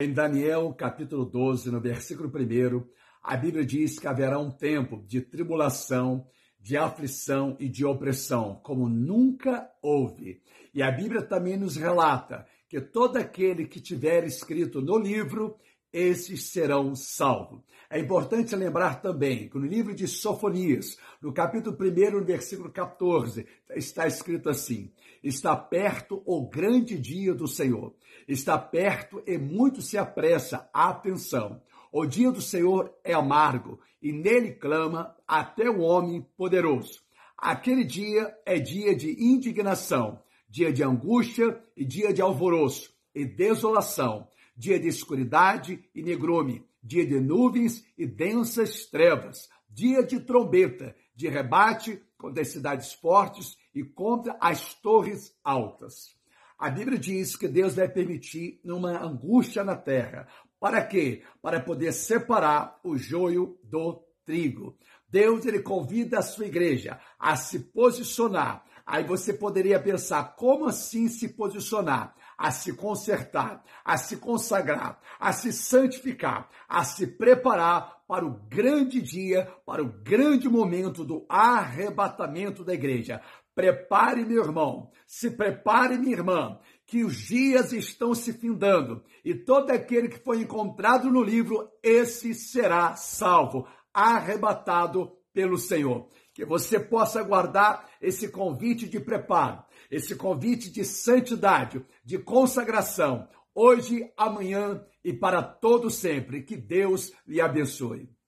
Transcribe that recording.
Em Daniel, capítulo 12, no versículo 1, a Bíblia diz que haverá um tempo de tribulação, de aflição e de opressão, como nunca houve. E a Bíblia também nos relata que todo aquele que tiver escrito no livro, esses serão salvos. É importante lembrar também que no livro de Sofonias, no capítulo 1, no versículo 14, está escrito assim: está perto o grande dia do Senhor, está perto e muito se apressa. Atenção, o dia do Senhor é amargo e nele clama até o homem poderoso. Aquele dia é dia de indignação, dia de angústia e dia de alvoroço e desolação, dia de escuridade e negrume, dia de nuvens e densas trevas, dia de trombeta, de rebate contra as cidades fortes e contra as torres altas. A Bíblia diz que Deus vai permitir uma angústia na terra. Para quê? Para poder separar o joio do trigo. Deus, ele convida a sua igreja a se posicionar. Aí você poderia pensar, como assim se posicionar? A se consertar, a se consagrar, a se santificar, a se preparar para o grande dia, para o grande momento do arrebatamento da igreja. Prepare, meu irmão, se prepare, minha irmã, que os dias estão se findando e todo aquele que foi encontrado no livro, esse será salvo, arrebatado pelo Senhor. Que você possa guardar esse convite de preparo, esse convite de santidade, de consagração, hoje, amanhã e para todo sempre. Que Deus lhe abençoe.